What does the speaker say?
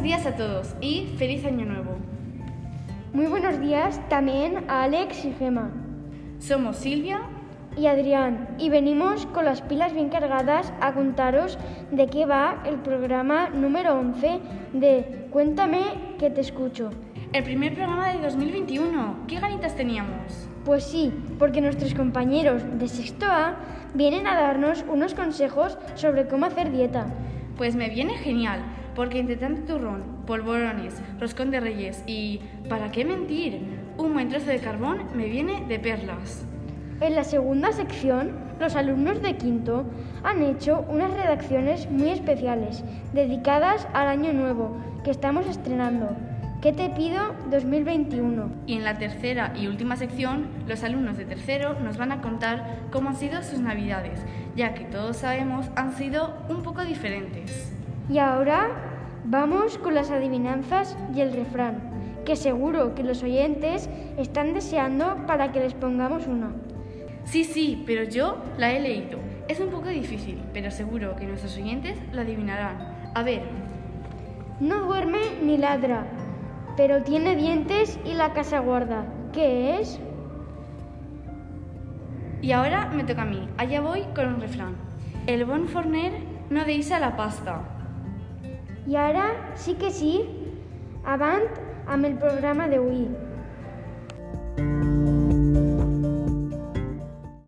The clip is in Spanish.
buenos días a todos y feliz año nuevo. Muy buenos días también a Alex y Gemma. Somos Silvia y Adrián y venimos con las pilas bien cargadas a contaros de qué va el programa número 11 de Cuéntame que te escucho. El primer programa de 2021. ¿Qué ganitas teníamos? Pues sí, porque nuestros compañeros de sexto A vienen a darnos unos consejos sobre cómo hacer dieta. Pues me viene genial, porque entre tanto turrón, polvorones, roscón de reyes y, ¿para qué mentir?, un buen trozo de carbón me viene de perlas. En la segunda sección, los alumnos de quinto han hecho unas redacciones muy especiales, dedicadas al año nuevo que estamos estrenando. ¿Qué te pido 2021? Y en la tercera y última sección, los alumnos de tercero nos van a contar cómo han sido sus navidades, ya que todos sabemos han sido un poco diferentes. Y ahora vamos con las adivinanzas y el refrán, que seguro que los oyentes están deseando para que les pongamos una. Sí, pero yo la he leído. Es un poco difícil, pero seguro que nuestros oyentes la adivinarán. A ver. No duerme ni ladra, pero tiene dientes y la casa guarda. ¿Qué es? Y ahora me toca a mí. Allá voy con un refrán. El bon forner no deixa la pasta. I ara sí que sí, avant amb el programa d'avui.